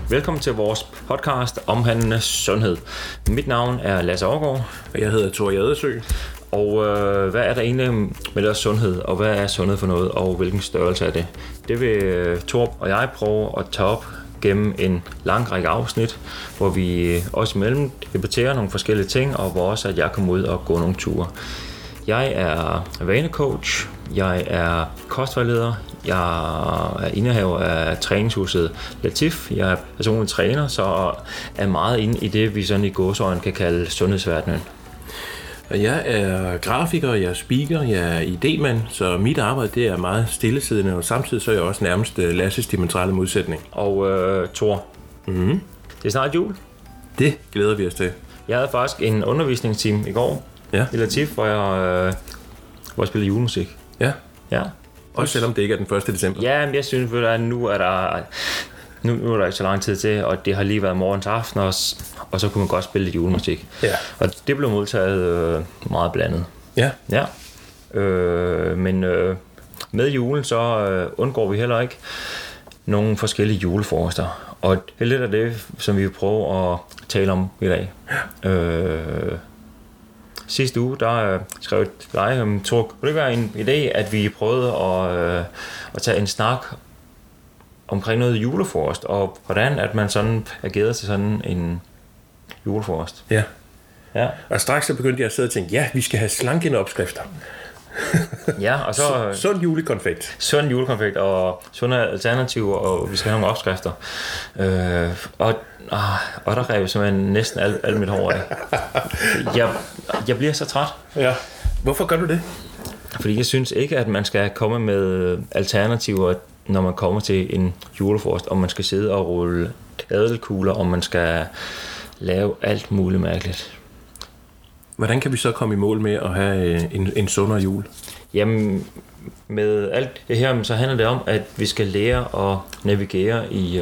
Velkommen til vores podcast omhandlende sundhed. Mit navn er Lasse Aagaard. Og jeg hedder Thor Jadesø. Og hvad er der egentlig med deres sundhed, og hvad er sundhed for noget, og hvilken størrelse er det? Det vil Thor og jeg prøve at tage op gennem en lang række afsnit, hvor vi også imellem debatterer nogle forskellige ting, og hvor også at jeg kommer ud og går nogle ture. Jeg er vanecoach, jeg er kostvejleder, jeg er indehaver af træningshuset Latif, jeg er personlig træner, så er meget inde i det, vi sådan i gåseøjne kan kalde sundhedsverdenen. Jeg er grafiker, jeg er speaker, jeg er idémand, så mit arbejde det er meget stillesiddende, og samtidig så er jeg også nærmest Lasses diametrale modsætning. Og Thor, det er snart jul. Det glæder vi os til. Jeg havde faktisk en undervisningsteam i går i Latif, hvor jeg spillede julemusik. Ja. Også selvom det ikke er den 1. december. Ja, men jeg synes, at nu er der ikke så lang tid til, og det har lige været morgens aften også, og så kunne man godt spille lidt julemusik. Ja. Og det blev modtaget meget blandet. Ja. Men med julen, så undgår vi heller ikke nogle forskellige julefrokoster. Og det er lidt af det, som vi vil prøve at tale om i dag. Sidste uge, der skrev jeg til dig, Thor, kunne det ikke være en idé, at vi prøvede at tage en snak omkring noget julefrokost, og hvordan at man sådan agerede til sådan en julefrokost. Ja. Og straks så begyndte jeg at sidde og tænke, vi skal have slankende opskrifter. Ja, og så sund julekonfekt. Sund julekonfekt og sunde alternativer, og vi skal have nogle opskrifter. Og der rev simpelthen næsten alt mit hår af. Jeg bliver så træt. Ja. Hvorfor gør du det? Fordi jeg synes ikke, at man skal komme med alternativer, når man kommer til en julefrokost, om man skal sidde og rulle ædelkugler, om man skal lave alt muligt mærkeligt. Hvordan kan vi så komme i mål med at have en sundere jul? Jamen, med alt det her, så handler det om, at vi skal lære at navigere i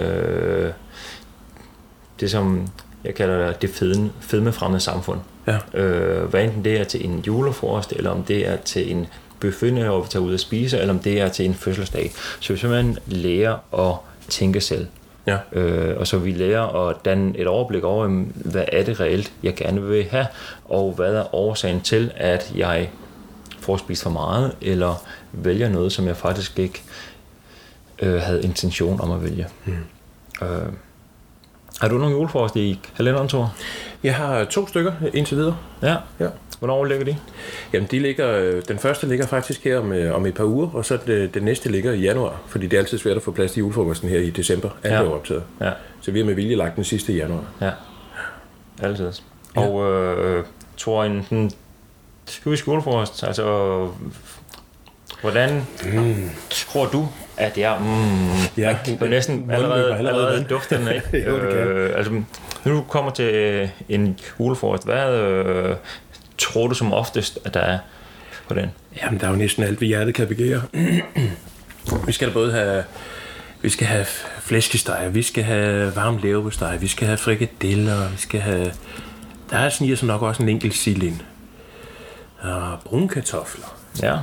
det, som jeg kalder det fedmefremmede samfund. Ja. Hvad enten det er til en julefrokost, eller om det er til en buffet, hvor vi tager ud og spise, eller om det er til en fødselsdag. Så vi simpelthen lærer at tænke selv. Ja. Og så vi lærer at danne et overblik over, hvad er det reelt, jeg gerne vil have, og hvad er årsagen til, at jeg får spist for meget, eller vælger noget, som jeg faktisk ikke havde intention om at vælge. Har du nogle julefrokost i kalenderen, Thor? Jeg har 2 stykker indtil videre. Ja. Hvornår ligger de? Jamen, den første ligger faktisk her om et par uger, og så den næste ligger i januar, fordi det er altid svært at få plads til julefrokosten her i december. Alt er optaget. Ja. Så vi har med vilje lagt den sidste i januar. Ja, altid. Ja. Og Thor, en typisk julefrokost, altså hvordan tror du, at jeg kan næsten allerede dufte den af? Altså, når du kommer til en julefrokost, hvad tror du som oftest, at der er på den? Jamen, der er jo næsten alt, hvad hjertet kan begære. Vi skal da både have flæskesteg, vi skal have varm leverpostej, vi skal have frikadeller, vi skal have... Der er sådan nok også en enkelt sild ind. Og brunkartofler. Ja.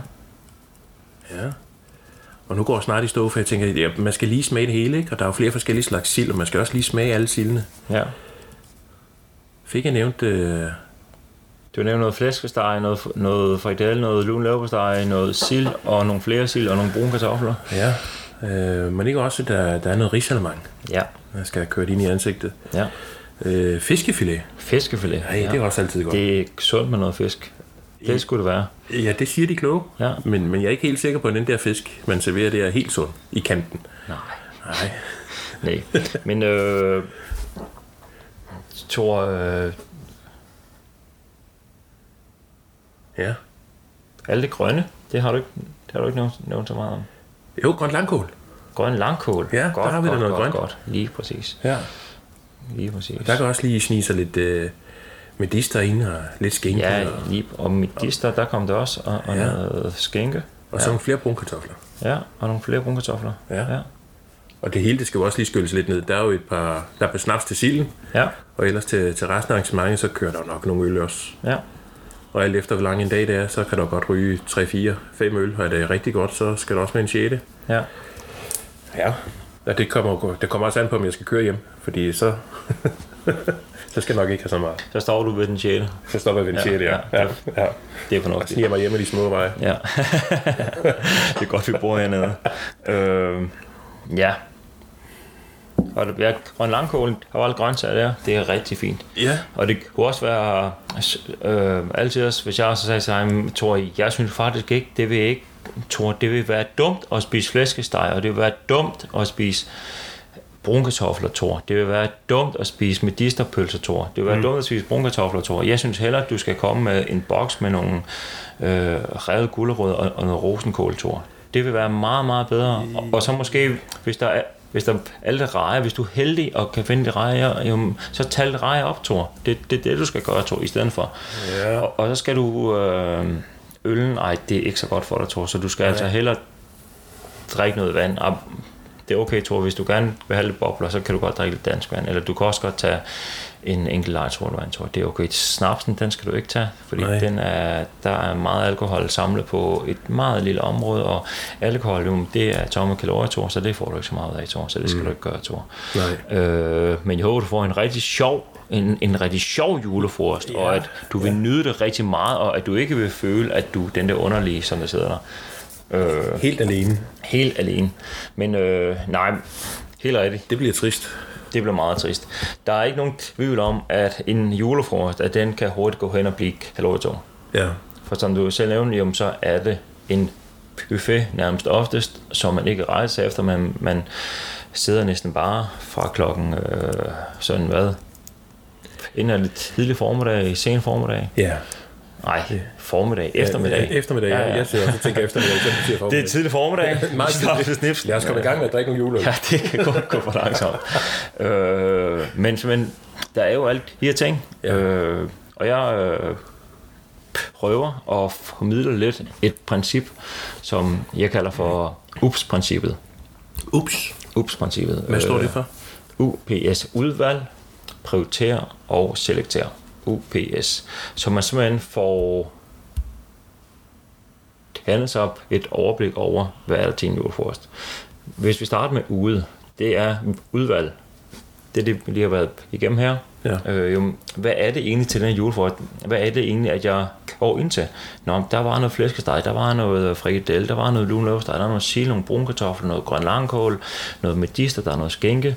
Og nu går jeg snart i stå, for jeg tænker, at man skal lige smage det hele, ikke? Og der er jo flere forskellige slags sild, og man skal også lige smage alle sildene. Ja. Fik jeg nævnt... Du nævnte noget flæskesteg, noget frikadelle, noget lun leverpostej, noget sild, og nogle flere sild, og nogle brune kartofler. Ja, men ikke også, der er noget risalemang. Ja. Der skal have kørt ind i ansigtet. Ja. Fiskefilet. Fiskefilet. Ja, det er også altid godt. Det er sundt med noget fisk. Det skulle det være. Ja, det siger de kloge. Ja. Men jeg er ikke helt sikker på, at den der fisk, man serverer, det er helt sund i kanten. Nej. Men Thor... Ja. Alt det grønne, det har du ikke nævnt så meget om. Jo, grøn langkål. Grøn langkål. Ja, godt, der har vi da noget grønt. Godt. Lige præcis. Ja. Lige præcis. Der kan også lige snige sig lidt medister ind og lidt skænke. Ja, og medister, der kom det også, og noget skænke. Og så nogle flere brunkartofler. Ja, og nogle flere brunkartofler. Ja. Og det hele, det skal jo også lige skylles lidt ned. Der er jo der er snaps til silden. Ja. Og ellers til resten af arrangementet, så kører der nok nogle øl også. Ja. Og alt efter hvor lang en dag det er, så kan du godt ryge 3, 4, 5 øl. Og er det rigtig godt, så skal du også med en 6. Ja. Ja. Ja, det kommer også an på, om jeg skal køre hjem, fordi så, så skal jeg nok ikke have så meget. Så står du ved den 6. Så stopper jeg ved den 6. Ja. Det er fornuftigt. Og sniger mig hjemme i de små veje. Ja. Det er godt, vi bor hernede. Ja. Og en langkål og alle grøntsager der, det er rigtig fint. Ja. Og det kunne også være altid også, hvis jeg også sagde til ham, Thor, jeg synes faktisk ikke, det vil være dumt at spise flæskesteg, og det vil være dumt at spise brunkartofler, Thor. Det vil være dumt at spise medisterpølser, Thor. Det vil være dumt at spise brunkartofler, Thor. Jeg synes hellere, at du skal komme med en boks med nogle revet gulerødder og noget rosenkål, Thor. Det vil være meget, meget bedre. Og så måske, hvis der er alle rejer, hvis du er heldig og kan finde de rejer, så tal de rejer op, Thor. Det er det, du skal gøre, Thor, i stedet for. Ja. Og så skal du øllen, det er ikke så godt for dig, Thor, så du skal altså hellere drikke noget vand. Det er okay, Thor, hvis du gerne vil have lidt bobler, så kan du godt drikke lidt dansk vand, eller du kan også godt tage en enkelt lejtrådvand, Thor. Det er okay. Snapsen, den skal du ikke tage, fordi der er meget alkohol samlet på et meget lille område, og alkohol, det er tomme kalorier, Thor, så det får du ikke så meget af, Thor, så det skal du ikke gøre, Thor. Men jeg håber, du får en rigtig sjov julefrokost, og at du vil nyde det rigtig meget, og at du ikke vil føle, at du den der underlige, som der sidder der. Helt alene. Helt alene. Men nej, helt rigtigt. Det bliver trist. Det bliver meget trist. Der er ikke nogen tvivl om, at en julefrokost, at den kan hurtigt gå hen og blive kalorietung. Ja. For som du selv nævnte, så er det en buffet nærmest oftest, som man ikke rejser sig efter, man sidder næsten bare fra klokken inden af lidt tidlig formiddag, sen formiddag. Ja. Nej, formiddag, eftermiddag. Eftermiddag, ja. Jeg sidder også og tænker eftermiddag, så betyder formiddag. Det er tidlig formiddag. Meget tidligt. Lad os komme i gang med at drikke nogle juleøl. Ja, det kan godt gå for langsomt. Men der er jo alt de her ting. Og jeg prøver at formidle lidt et princip, som jeg kalder for UPS-princippet. UPS-princippet. Hvad står det for? UPS, udvalg, prioritere og selektere. UPS. Så man simpelthen får tandet sig op et overblik over, hvad er der til en julefrokost. Hvis vi starter med ude, det er udvalg. Det er det, vi lige har været igennem her. Ja. Hvad er det egentlig til den julefrokost? Hvad er det egentlig, at jeg går ind til? Nå, der var noget flæskesteg, der var noget frikadelle, der var noget lun leverpostej, der var noget sild, nogle brunkartofler, noget grøn langkål, noget medister, der er noget skænke,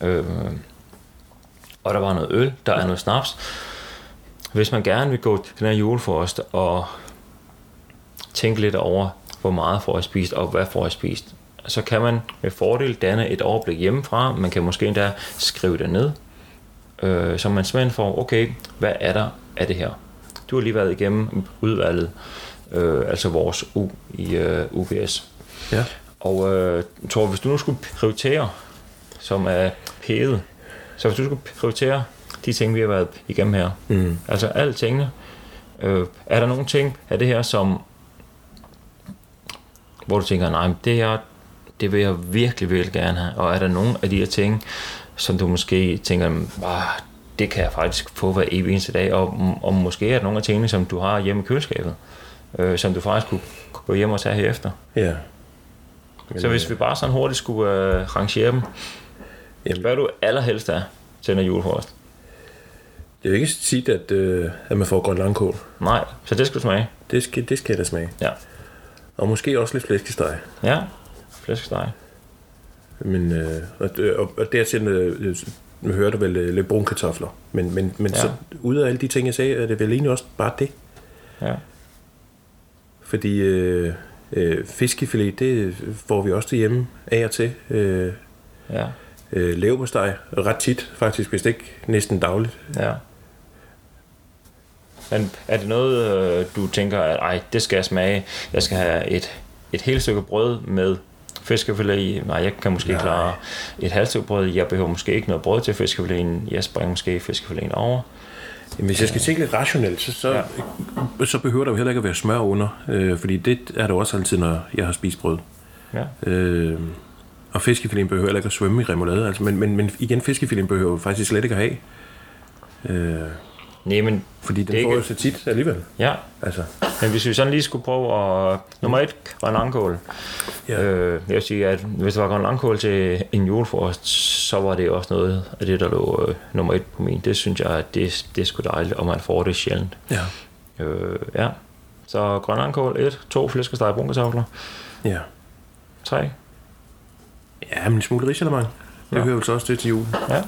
og der var noget øl, der er noget snaps. Hvis man gerne vil gå til den her julefrokost og tænke lidt over, hvor meget får jeg spist og hvad får jeg spist, så kan man med fordel danne et overblik hjemmefra. Man kan måske endda skrive det ned, så man simpelthen får, okay, hvad er der af det her? Du har lige været igennem udvalget, altså vores U i UPS. Ja. Og Thor, hvis du nu skulle prioritere, som er pædet, så hvis du skulle prioritere de ting, vi har været igennem her, altså alle tingene, er der nogle ting af det her, som hvor du tænker, nej, det vil jeg virkelig gerne have, og er der nogle af de her ting, som du måske tænker, det kan jeg faktisk få hver evig eneste dag, og måske er der nogle af tingene, som du har hjemme i køleskabet, som du faktisk kunne gå hjem og tage herefter. Ja. Så hvis vi bare sådan hurtigt skulle rangere dem, hvad er du allerhelst af til den her julefrokost? Det er jo ikke tit, at man får grøn langkål. Nej, så det skal du smage. Det skal jeg da smage. Ja. Og måske også lidt flæskesteg. Ja, flæskesteg. Men, og dertil nu hører du vel lidt brunkartofler. Men ja. Så ud af alle de ting, jeg sagde, er det vel egentlig også bare det. Ja. Fordi fiskefilet, det får vi også hjemme af og til. Ja. Leverpostej ret tit, faktisk, hvis ikke næsten dagligt. Ja. Men er det noget, du tænker, at det skal jeg smage? Jeg skal have et helt stykke brød med fiskefilet i. Nej, jeg kan måske klare et halvt stykke brød. Jeg behøver måske ikke noget brød til fiskefileten. Jeg springer måske fiskefileten over. Jamen, hvis jeg skal tænke lidt rationelt, så behøver der jo heller ikke at være smør under. Fordi det er der også altid, når jeg har spist brød. Ja. Og fiskefileten behøver heller ikke at svømme i remoulade. Altså, men igen, fiskefileten behøver faktisk slet ikke at have. Nej, men Fordi den det er får ikke- jo så tit alligevel. ja. Altså, Men hvis vi sådan lige skulle prøve at... Nummer 1, grøn langkål. ja. Jeg vil sige, at hvis der var grøn langkål til en julefrokost, så var det også noget af det, der lå nummer 1 på min. Det synes jeg, at det er sgu dejligt, og man får det sjældent. Ja. Ja. Så grøn langkål 1, 2 flæskesteg brunkartofler, Ja. 3. Ja, men en smule risalemang. Det Ja. hører jo så også til julen. Ja.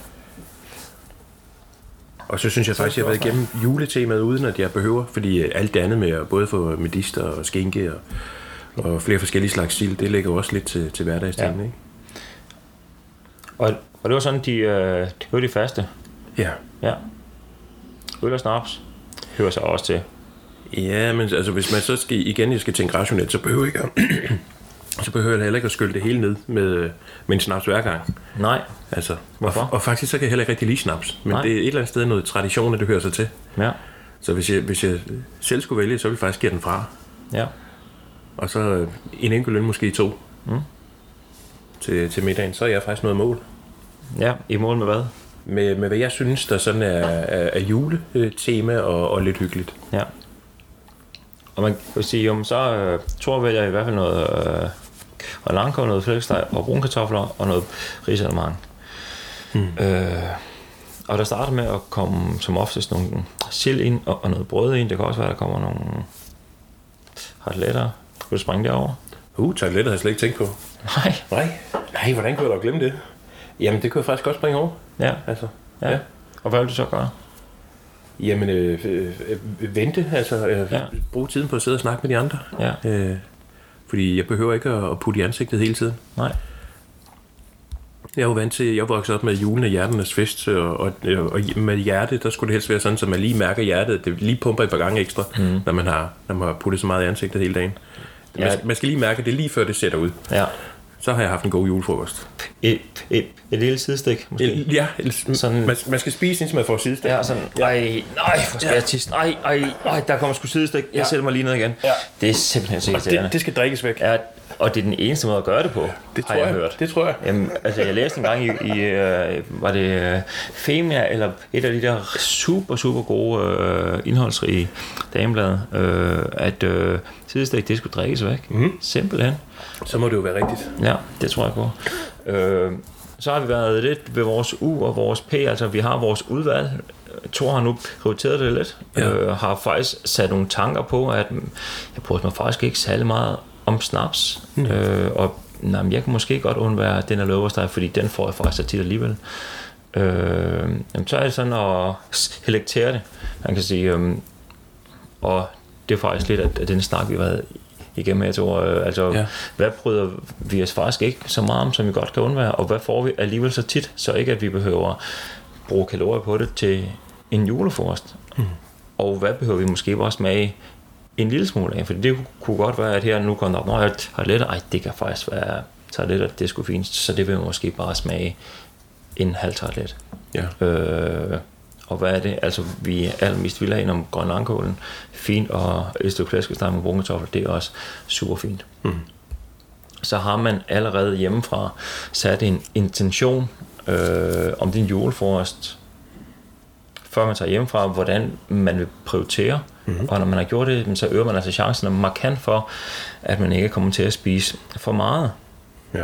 Og så synes jeg faktisk, at jeg har været igennem juletemaet, uden at jeg behøver, fordi alt det andet med at både få medister og skinke og flere forskellige slags sild, det ligger jo også lidt til hverdagstingene, Ja. ikke? Og det var sådan, det var de faste. Ja. Ja. Øl og snaps hører sig også til. Ja, men altså, hvis man så jeg skal tænke rationelt, så behøver jeg ikke så behøver jeg heller ikke at skylle det hele ned med en snaps hver gang. Nej. Altså, Hvorfor? Og faktisk så kan jeg heller ikke rigtig lide snaps, men Nej. det er et eller andet sted noget tradition, at det hører sig til. Ja. Så hvis jeg selv skulle vælge, så ville jeg faktisk give den fra. Ja. Og så en enkelt øl, måske 2 til middagen, så er jeg faktisk noget mål. Ja, i mål med hvad? Med hvad jeg synes, der sådan er juletema og lidt hyggeligt. Ja. Og man kan sige, jo, så tror jeg i hvert fald noget og langkål, noget flæskesteg og brunkartofler og noget risalemang. Og der starter med at komme som oftest nogle sild ind og noget brød ind. Det kan også være, der kommer nogle harteletter. Kunne du springe derover? Toilettet har jeg slet ikke tænkt på. Nej, hvordan kunne jeg da glemme det? Jamen, det kunne jeg faktisk godt springe over. Ja. Altså, Ja. Og hvad vil du så gøre? Jamen, vente, altså Ja. bruge tiden på at sidde og snakke med de andre. Ja. Fordi jeg behøver ikke at putte i ansigtet hele tiden. Nej. Jeg er jo vant til, jeg voksede op med julen af hjerternes fest, og med hjerte, der skulle det helst være sådan, så man lige mærker hjertet, det lige pumper et par gange ekstra, når man har puttet så meget i ansigtet hele dagen. Ja. Man skal lige mærke det lige før det sætter ud. Ja. Så har jeg haft en god julefrokost. Et lille sidestik, måske? Ja, Sådan- sådan, man skal spise, indtil man får sidestik. Ja, sådan, nej, hvor skal jeg tisse? Nej, der kommer sgu sidestik. Jeg sætter mig lige ned igen. Ja. Det er simpelthen så irriterende. Det skal drikkes væk. Ja, og det er den eneste måde at gøre det på, Det har tror jeg hørt. Det tror jeg. Jamen, altså jeg læste en gang var det Femia, eller et af de der super gode indholdsrige dameblade, at sidestik, det skulle drikkes væk. Simpelthen. Så må det jo være rigtigt. Ja, det tror jeg på. Så har vi været lidt ved vores U og vores P, altså vi har vores udvalg. Thor har nu prioriteret det lidt. Ja. Har faktisk sat nogle tanker på, at jeg bryder mig faktisk ikke særlig meget om snaps. Og jeg kan måske godt undvære den her løbersteg, fordi den får jeg faktisk så tit alligevel. Så er det sådan at selektere det, man kan sige. Og det er faktisk lidt af den snak, vi har været igennem her, Thor. Hvad bryder vi os faktisk ikke så meget om, som vi godt kan undvære, og hvad får vi alligevel så tit, så ikke at vi behøver bruge kalorier på det til en julefrokost. Og hvad behøver vi måske bare smage en lille smule af, for det kunne godt være, at her nu kommer der op, når jeg har lidt, det kan faktisk være tarteletter, det er sgu fint, så det vil måske bare smage en halv tartelet. Ja. Og hvad er det? Altså, vi er allermest vilde af om grøn langkålen. Fint, og et stykke flæskesteg med brunkartofler, det er også super fint. Så har man allerede hjemmefra sat en intention om din julefrokost, før man tager hjemmefra, hvordan man vil prioritere. Og når man har gjort det, så øger man altså chancen markant for, at man ikke kommer til at spise for meget. Ja.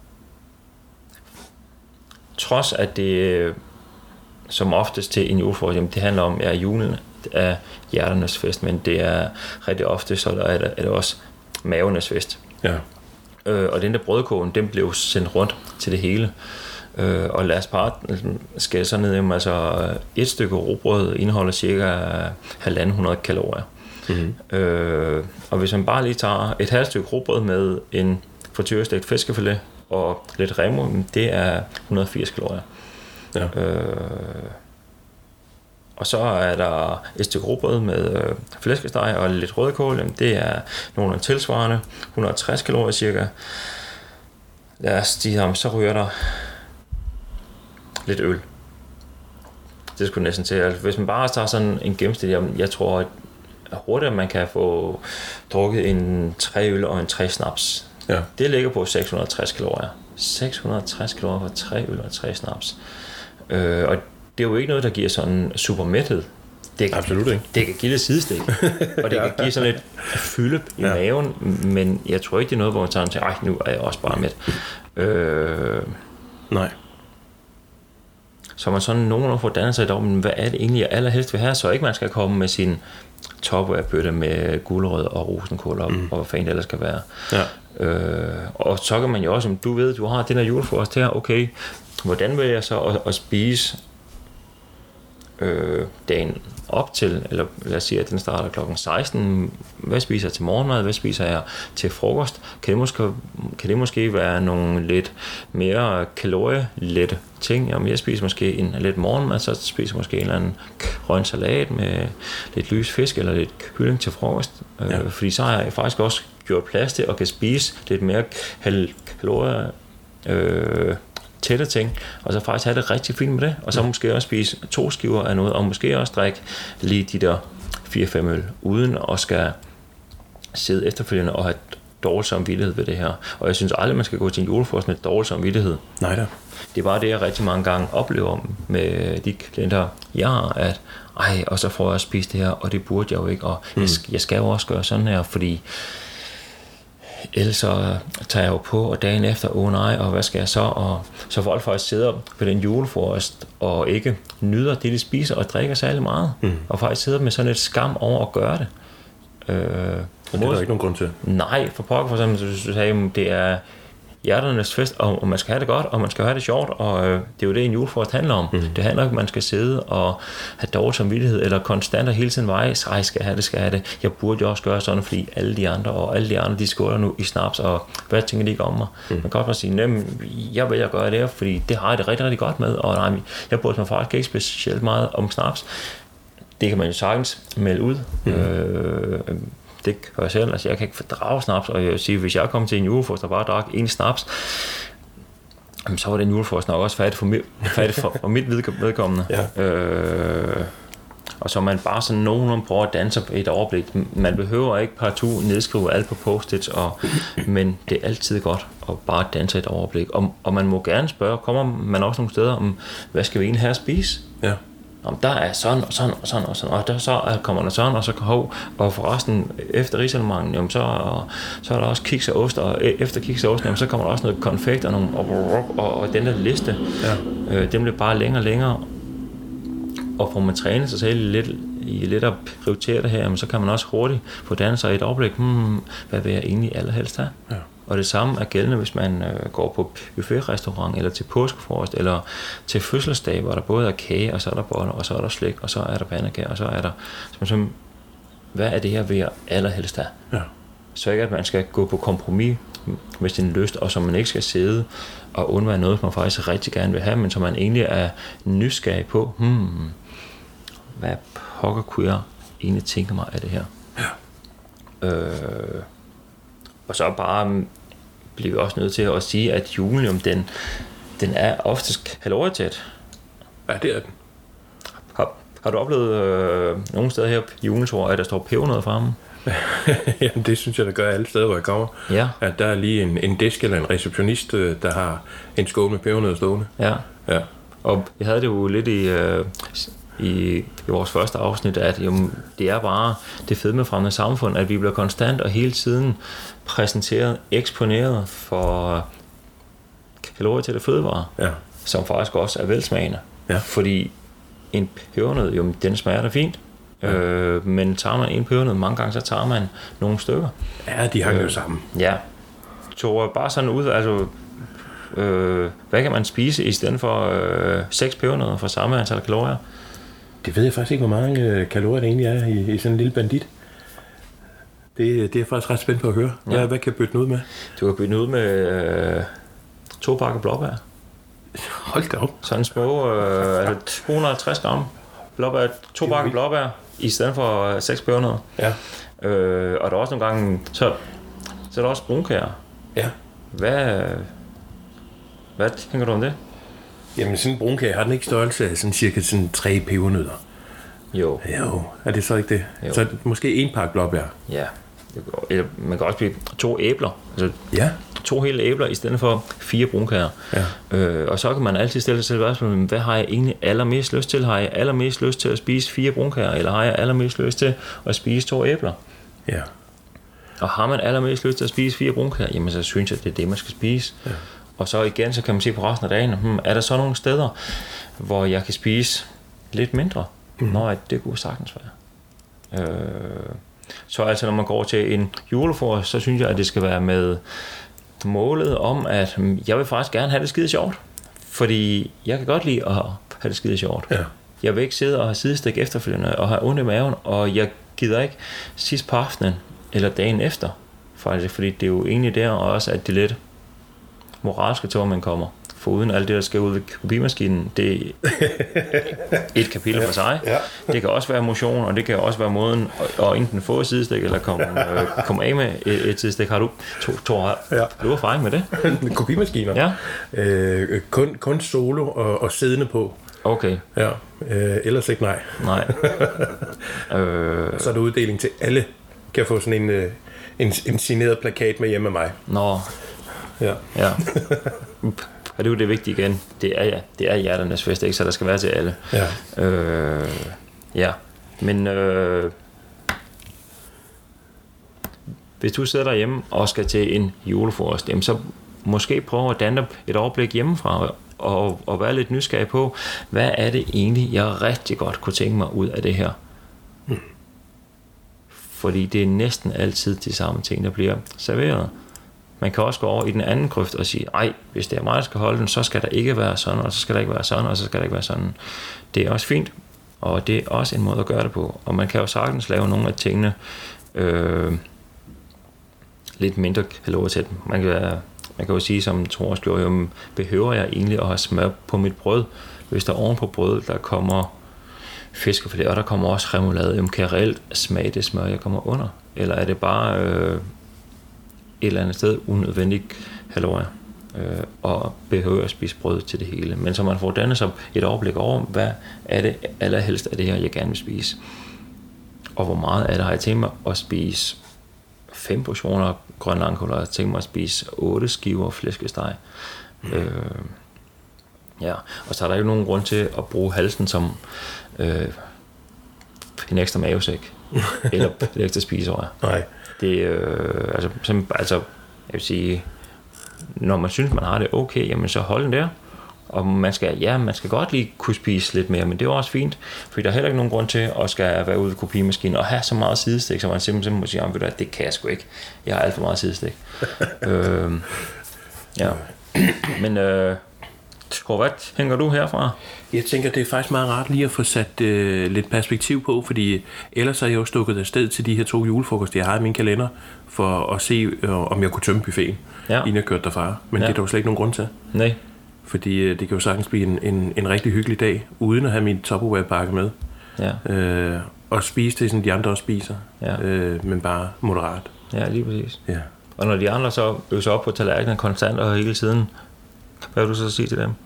Trods at det som oftest til en julefrokost, det handler om, at julen er hjerternes fest, men det er rigtig ofte, så er det også mavenes fest. Ja. Og den der brødkålen, den blev sendt rundt til det hele. Og lad os bare skære så ned, altså et stykke rugbrød indeholder cirka 1.500 kalorier. Og hvis man bare lige tager et halvt stykke rugbrød med en frityrestegt fiskefilet og lidt remo, det er 180 kalorier. Ja. Og så er der et stykke rugbrød med flæskesteg og lidt rødkål, det er nogle tilsvarende 160 kalorier cirka. Lad os sige ham, så ryger der lidt øl. Det skulle næsten til. Altså, hvis man bare tager sådan en gennemsnit, jeg tror at hurtigt man kan få drukket en 3 øl og en 3 snaps. Ja. Det ligger på 660 kalorier. 660 kalorier for 3 øl og 3 snaps. Og det er jo ikke noget, der giver sådan super mæthed. Det kan, absolut ikke. Det kan give lidt sidestik, og det kan give sådan et fylde i maven, men jeg tror ikke, det er noget, hvor man tager til, nu er jeg også bare med. Nej. Så man sådan nogenlunde får dannet sig i dag, men hvad er det egentlig, jeg allerhelst vil have, så ikke man skal komme med sin topware-bøtte med gulerød og rosenkål og hvad fanden det ellers skal være. Ja. Og så kan man jo også, om du ved, du har den her julefrokost her, okay, hvordan vil jeg så at spise dagen op til, eller lad os sige, at den starter klokken 16. Hvad spiser jeg til morgenmad? Hvad spiser jeg til frokost? Kan det måske være nogle lidt mere kalorielette ting? Jamen, jeg spiser måske en lidt morgenmad, så spiser jeg måske en eller anden grøn salat med lidt lys fisk eller lidt kylling til frokost. Fordi så har jeg faktisk også gjort plads til at kan spise lidt mere kalorier tætte ting, og så faktisk have det rigtig fint med det, og så måske også spise 2 skiver af noget, og måske også drikke lige de der 4-5 øl, uden at skal sidde efterfølgende og have dårlig samvittighed ved det her. Og jeg synes aldrig, man skal gå til en julefrokost med dårlig samvittighed. Nej da. Det er bare det, jeg rigtig mange gange oplever med de klienter, jeg har, at og så får jeg spist det her, og det burde jeg jo ikke, og jeg skal jo også gøre sådan her, fordi ellers så tager jeg jo på, og dagen efter, nej, og hvad skal jeg så? Og så folk faktisk sidder på den julefrokost, og ikke nyder det, de spiser, og drikker særlig meget. Og faktisk sidder med sådan et skam over at gøre det. Det er der ikke nogen grund til. Nej, for pokker for eksempel, så sagde det er hjerternes fest, og man skal have det godt, og man skal have det sjovt, og det er jo det, en julefrokost handler om. Det handler ikke, at man skal sidde og have dårlig samvittighed, eller konstant og hele tiden veje, skal jeg have det. Jeg burde jo også gøre sådan, fordi alle de andre, de skåler nu i snaps, og hvad tænker de ikke om mig? Man kan godt bare sige, jeg vil gøre det her, fordi det har jeg det rigtig, rigtig godt med, og nej, jeg burde mig faktisk ikke specielt meget om snaps. Det kan man jo sagtens melde ud. Det gør jeg selv, altså jeg kan ikke fordrage snaps, og jeg vil sige, hvis jeg kom til en julefrokost og bare drak en snaps, så var den julefrokost nok også færdig for mit vedkommende. Og så man bare sådan nogenlunde prøver at danse på et overblik. Man behøver ikke partout nedskrive alt på post-its, men det er altid godt at bare danse et overblik. Og man må gerne spørge, kommer man også nogle steder om, hvad skal vi egentlig have at spise? Ja. Om der er sådan og sådan og sådan og sådan, og der så kommer der sådan, og så og forresten efter risalemanden, jamen så er der også kiks og ost, og efter kiks og ost, jamen så kommer der også noget konfekt og nogle og den der liste, den bliver bare længere og længere, og får man trænet sig selv lidt at prioritere det her, jamen så kan man også hurtigt få dannet sig et overblik, hvad vil jeg egentlig allerhelst have? Ja. Og det samme er gældende, hvis man går på buffetrestaurant, eller til påskefrokost, eller til fødselsdag, hvor der både er kage, og så er der boller, og så er der slik, og så er der pandekager, og så er der... hvad er det her ved at allerhelst have? Ja. Så ikke, at man skal gå på kompromis med sin lyst, og så man ikke skal sidde og undvære noget, man faktisk rigtig gerne vil have, men som man egentlig er nysgerrig på. Hvad pokker kunne jeg egentlig tænke mig af det her? Ja. Og så bare bliver vi også nødt til at sige, at julen, den er oftest kalorietæt. Ja, det er den. Har du oplevet nogle steder her på juletor, at der står pebernødder fremme? Jamen, det synes jeg, der gør alle steder, hvor jeg kommer. Ja. At der er lige en disk eller en receptionist, der har en skål med pebernødder stående. Ja. Og jeg havde det jo lidt i vores første afsnit, at det er bare det fedmefremmende samfund, at vi bliver konstant og hele tiden præsenteret, eksponeret for kalorietætte fødevarer, som faktisk også er velsmagende. Ja. Fordi en pebernød, den smager da fint, men tager man en pebernød mange gange, så tager man nogle stykker. Ja, de hænger jo sammen. Ja, så bare sådan ud, altså hvad kan man spise i stedet for 6 pebernødder for samme antal kalorier? Det ved jeg faktisk ikke, hvor mange kalorier det egentlig er i sådan en lille bandit. Det er jeg faktisk ret spændt på at høre. Hvad kan jeg bytte den ud med? Du kan bytte den ud med 2 pakker blåbær. Hold da op. Sådan små 250 gram blåbær, 2 pakker blåbær i stedet for 6 pebernødder. Ja. Og der er også nogle gange, så er der også brunkager. Ja. Hvad tænker du om det? Jamen sådan en brunkage har den ikke størrelse af sådan cirka 3 pebernødder. Jo. Er det så ikke det? Jo. Så måske 1 pakke blåbær. Ja. Eller man kan også blive 2 æbler. Altså 2 hele æbler i stedet for 4 brunkager. Ja. Og så kan man altid stille sig selv spørgsmålet, hvad har jeg egentlig allermest lyst til? Har jeg allermest lyst til at spise 4 brunkager, eller har jeg allermest lyst til at spise 2 æbler? Ja. Og har man allermest lyst til at spise 4 brunkager, jamen så synes jeg, det er det, man skal spise. Ja. Og så igen, så kan man se på resten af dagen, er der så nogle steder, hvor jeg kan spise lidt mindre? Nå, det kunne sagtens være. Så altså, når man går til en julefrokost, så synes jeg, at det skal være med målet om, at jeg vil faktisk gerne have det skide sjovt. Fordi jeg kan godt lide at have det skide sjovt. Ja. Jeg vil ikke sidde og have sidestik efterfølgende og have ondt i maven, og jeg gider ikke sidst på aftenen eller dagen efter, faktisk, fordi det er jo egentlig der også, at det lidt moralske tår, man kommer. For uden alt det, der skal ud ved kopimaskinen, det er et kapitel for sig. Ja. Det kan også være motion, og det kan også være måden at enten få et sidestik, eller komme af med et sidestik. Har du erfaring med det? Kopimaskiner? Ja. Kun solo og siddende på. Okay. Ja. Ellers ikke nej. Nej. Så er der uddeling til alle. Kan få sådan en signeret plakat med hjemme med mig. Nå. Ja. Og det er jo det vigtige igen. Det er hjerternes fest, ikke? Så der skal være til alle. Ja. Ja. Men hvis du sidder derhjemme og skal til en julefrokost, så måske prøve at danne et overblik hjemmefra og være lidt nysgerrig på, hvad er det egentlig, jeg rigtig godt kunne tænke mig ud af det her. Fordi det er næsten altid de samme ting, der bliver serveret. Man kan også gå over i den anden grøft og sige, ej, hvis det er mig, der skal holde den, så skal der ikke være sådan, og så skal der ikke være sådan, og så skal der ikke være sådan. Det er også fint, og det er også en måde at gøre det på. Og man kan jo sagtens lave nogle af tingene lidt mindre kalorietæt. Man kan jo sige, som Thors gjorde, behøver jeg egentlig at have smør på mit brød? Hvis der oven på brødet, der kommer fiskefilet, og der kommer også remoulade, kan jeg reelt smage det smør, jeg kommer under? Eller er det bare et eller andet sted unødvendigt kalorier, og behøver at spise brød til det hele? Men så man får dannet sig et overblik over, hvad er det allerhelst af det her, jeg gerne vil spise? Og hvor meget af det har jeg tænkt mig at spise? 5 portioner grøn langkål, og jeg tænker mig at spise 8 skiver flæskesteg. Ja, og så er der jo nogen grund til at bruge halsen som en ekstra mavesæk, eller et ekstra spiseøje. Nej. Det altså, jeg vil sige, når man synes, man har det okay, jamen så hold den der. Og man skal godt lige kunne spise lidt mere, men det er også fint, fordi der er heller ikke nogen grund til at skal være ude ved kopimaskinen og have så meget sidestik, så man simpelthen må sige, at det kan jeg sgu ikke. Jeg har alt for meget sidestik. Ja. Men hvad hænger du herfra? Jeg tænker, det er faktisk meget rart lige at få sat lidt perspektiv på, fordi ellers har jeg jo stukket afsted til de her 2 julefrokoster, jeg har i min kalender, for at se, om jeg kunne tømme buffeten, inden jeg kørte derfra. Men det er der jo slet ikke nogen grund til. Nej. Fordi det kan jo sagtens blive en rigtig hyggelig dag, uden at have min Tupperware-pakke med. Ja. Og spise det, som de andre også spiser, men bare moderat. Ja, lige præcis. Ja. Og når de andre så øser op på tallerkenen konstant og hele tiden, hvad vil du så sige til dem?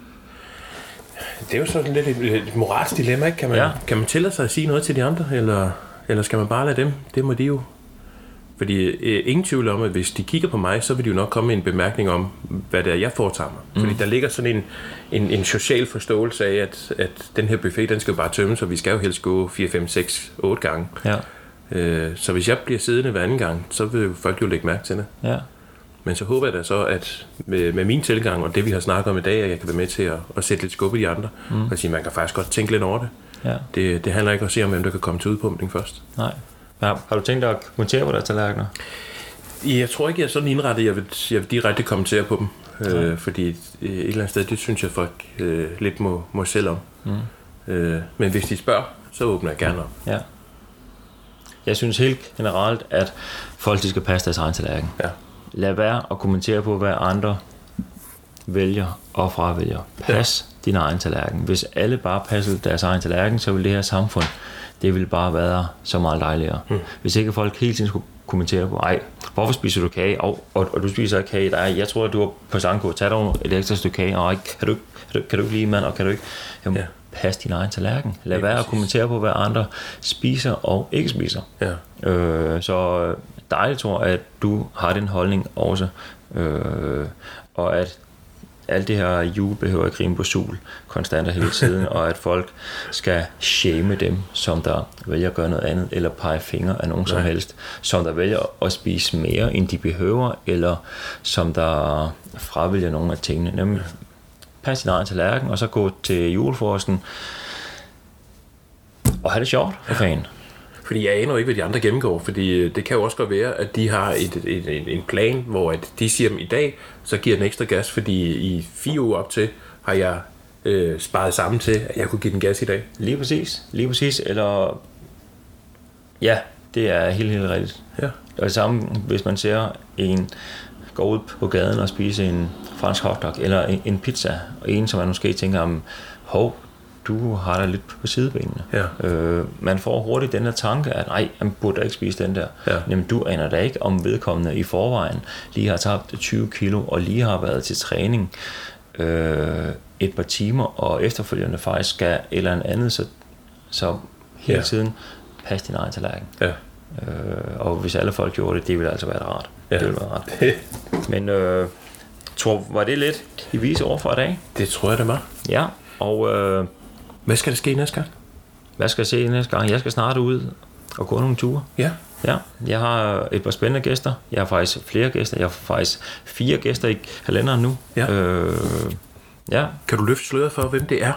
Det er jo sådan lidt et moralsk dilemma, ikke? Kan man tillade sig at sige noget til de andre, eller skal man bare lade dem? Det må de jo. Fordi ingen tvivl om, at hvis de kigger på mig, så vil de jo nok komme med en bemærkning om, hvad det er, jeg foretager mig. Fordi der ligger sådan en social forståelse af, at den her buffet, den skal jo bare tømmes, og vi skal jo helst gå 4, 5, 6, 8 gange. Ja. Så hvis jeg bliver siddende hver anden gang, så vil folk jo lægge mærke til det. Ja. Men så håber jeg da så, at med min tilgang, og det vi har snakket om i dag, at jeg kan være med til at sætte lidt skub i de andre, og sige, man kan faktisk godt tænke lidt over det. Ja. Det handler ikke om at se, om hvem der kan komme til udpumpning først. Nej. Ja, har du tænkt dig at kommentere på deres tallerkener? Jeg tror ikke, jeg er sådan indrettet, jeg vil direkte kommentere på dem. Fordi et eller andet sted, det synes jeg folk lidt må selv om. Men hvis de spørger, så åbner jeg gerne op. Ja. Jeg synes helt generelt, at folk de skal passe deres egen tallerken. Ja. Lad være at kommentere på, hvad andre vælger og fravælger. Pas din egen tallerken. Hvis alle bare passer deres egen tallerken, så vil det her samfund, det vil bare være så meget dejligere. Hvis ikke folk hele tiden skulle kommentere på, ej, hvorfor spiser du kage? Og du spiser ikke kage. Jeg tror, at du er på Sanko. Tag dog et ekstra stykke kage. Og kan du ikke lide mand? Og kan du ikke? Jamen, pas din egen tallerken. Lad være at kommentere på, hvad andre spiser og ikke spiser. Ja. Så dejligt, tror at du har den holdning også Og at alt det her jul behøver ikke rime på sul konstant og hele tiden, og at folk skal shame dem, som der vælger at gøre noget andet, eller pege fingre af nogen som helst, som der vælger at spise mere, end de behøver, eller som der fravælger nogle af tingene. Nemlig pas din egen tallerken, og så gå til julefrokosten og have det sjovt, for fanden. Fordi jeg aner ikke, hvad de andre gennemgår, fordi det kan jo også godt være, at de har en plan, hvor at de siger dem i dag, så giver den ekstra gas, fordi i 4 uger op til har jeg sparet sammen til, at jeg kunne give den gas i dag. Lige præcis, eller ja, det er helt rigtigt. Ja. Og det samme, hvis man ser en gå ud på gaden og spise en fransk hotdog eller en pizza, og en, som man måske tænker om, du har da lidt på sidebenene. Ja. Man får hurtigt den der tanke, at nej, man burde ikke spise den der. Ja. Jamen, du aner da ikke, om vedkommende i forvejen lige har tabt 20 kilo, og lige har været til træning et par timer, og efterfølgende faktisk skal et eller andet, så hele tiden pas din egen tallerken. Ja. Og hvis alle folk gjorde det ville altså være rart. Ja. Det ville være rart. Men tror, var det lidt i vise ord for i dag? Det tror jeg, det var. Ja, og hvad skal der ske næste gang? Hvad skal jeg se næste gang? Jeg skal snart ud og gå nogle ture. Ja. Ja, jeg har et par spændende gæster. Jeg har faktisk flere gæster. Jeg har faktisk 4 gæster i kalenderen nu. Ja. Ja. Kan du løfte sløret for, hvem det er?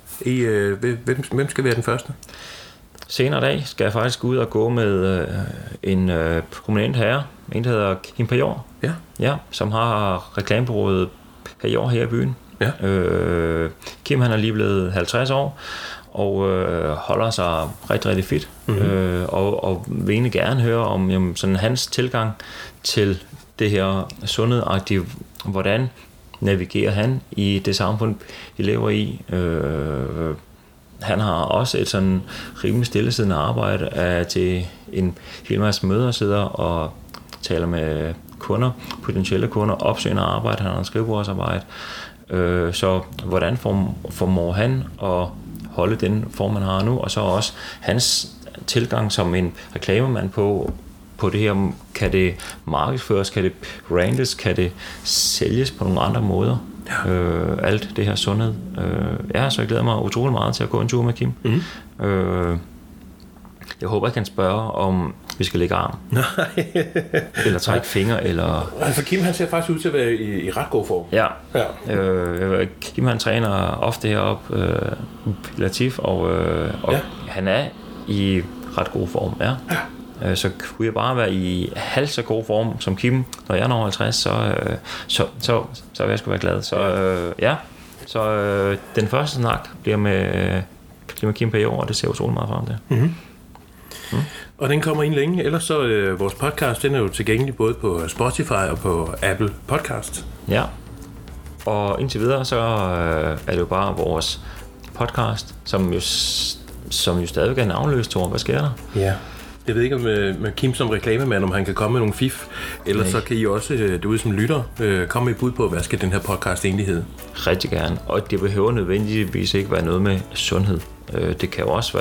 Hvem skal være den første? Senere dag skal jeg faktisk ud og gå med en prominent herre. En, der hedder Kim Pajor. Ja. Ja, som har reklamebureauet Pajor her i byen. Ja. Kim, han er lige blevet 50 år og holder sig rigtig, rigtig fit. Mm-hmm. Og vil egentlig gerne høre om sådan hans tilgang til det her sundhedsagtige. Hvordan navigerer han i det samfund, vi lever i? Han har også et sådan rimelig stillesiddende arbejde til en hel masse møder, sidder og taler med kunder, potentielle kunder, opsøgende arbejde, han har en skrivebordsarbejde. Så hvordan formår han at holde den form, man har nu, og så også hans tilgang som en reklamemand på det her, kan det markedsføres, kan det brandes, kan det sælges på nogle andre måder. Ja. Alt det her sundhed. Ja, så jeg glæder mig utrolig meget til at gå en tur med Kim. Mm. Jeg håber, jeg kan spørge, om vi skal lægge arm. Nej. Eller trække fingre, eller... Altså, Kim, han ser faktisk ud til at være i ret god form. Ja. Kim, han træner ofte heroppe i Latif, og han er i ret god form, ja. Så kunne jeg bare være i halv så god form som Kim, når jeg når 50, så vil jeg sgu være glad. Så den første snak bliver med Kim Pajor, og det ser utrolig meget frem til. Mm-hmm. Og den kommer ind længe. Ellers så vores podcast, den er jo tilgængelig både på Spotify og på Apple Podcast. Ja. Og indtil videre, så er det jo bare vores podcast, som jo stadig er navnløst, Thor. Hvad sker der? Ja. Jeg ved ikke, om med Kim som reklamemand, om han kan komme med nogle fif. Ellers så kan I også, derude som lytter, komme med et bud på, hvad skal den her podcast egentlig hedde? Rigtig gerne. Og det behøver nødvendigvis ikke være noget med sundhed. Det kan jo også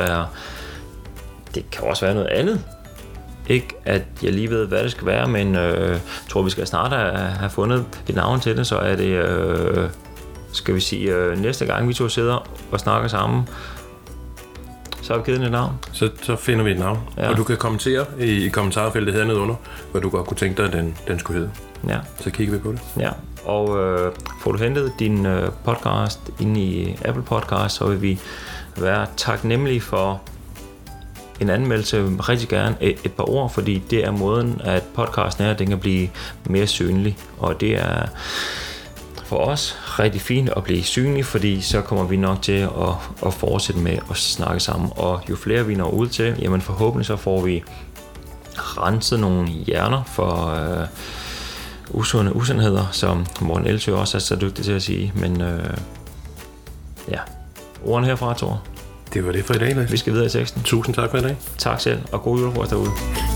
være noget andet. Ikke at jeg lige ved, hvad det skal være, men tror vi skal snart have fundet et navn til det, så er det, skal vi sige, næste gang vi to sidder og snakker sammen, så har vi givet et navn. Så finder vi et navn. Ja. Og du kan kommentere i kommentarfeltet hernede under, hvad du godt kunne tænke dig, at den skulle hedde. Ja. Så kigger vi på det. Ja, og får du hentet din podcast inde i Apple Podcast, så vil vi være taknemmelige for en anmeldelse, rigtig gerne et par ord, fordi det er måden, at podcasten er, den kan blive mere synlig, og det er for os rigtig fint at blive synlig, fordi så kommer vi nok til at fortsætte med at snakke sammen, og jo flere vi når ud til, jamen forhåbentlig så får vi renset nogle hjerner for usunde usandheder, som Morten Elsø også er så dygtig til at sige, men ja, ordene herfra, Thor. Det var det for i dag, Lars. Vi skal videre i teksten. Tusind tak for i dag. Tak selv, og god julefrokost derude.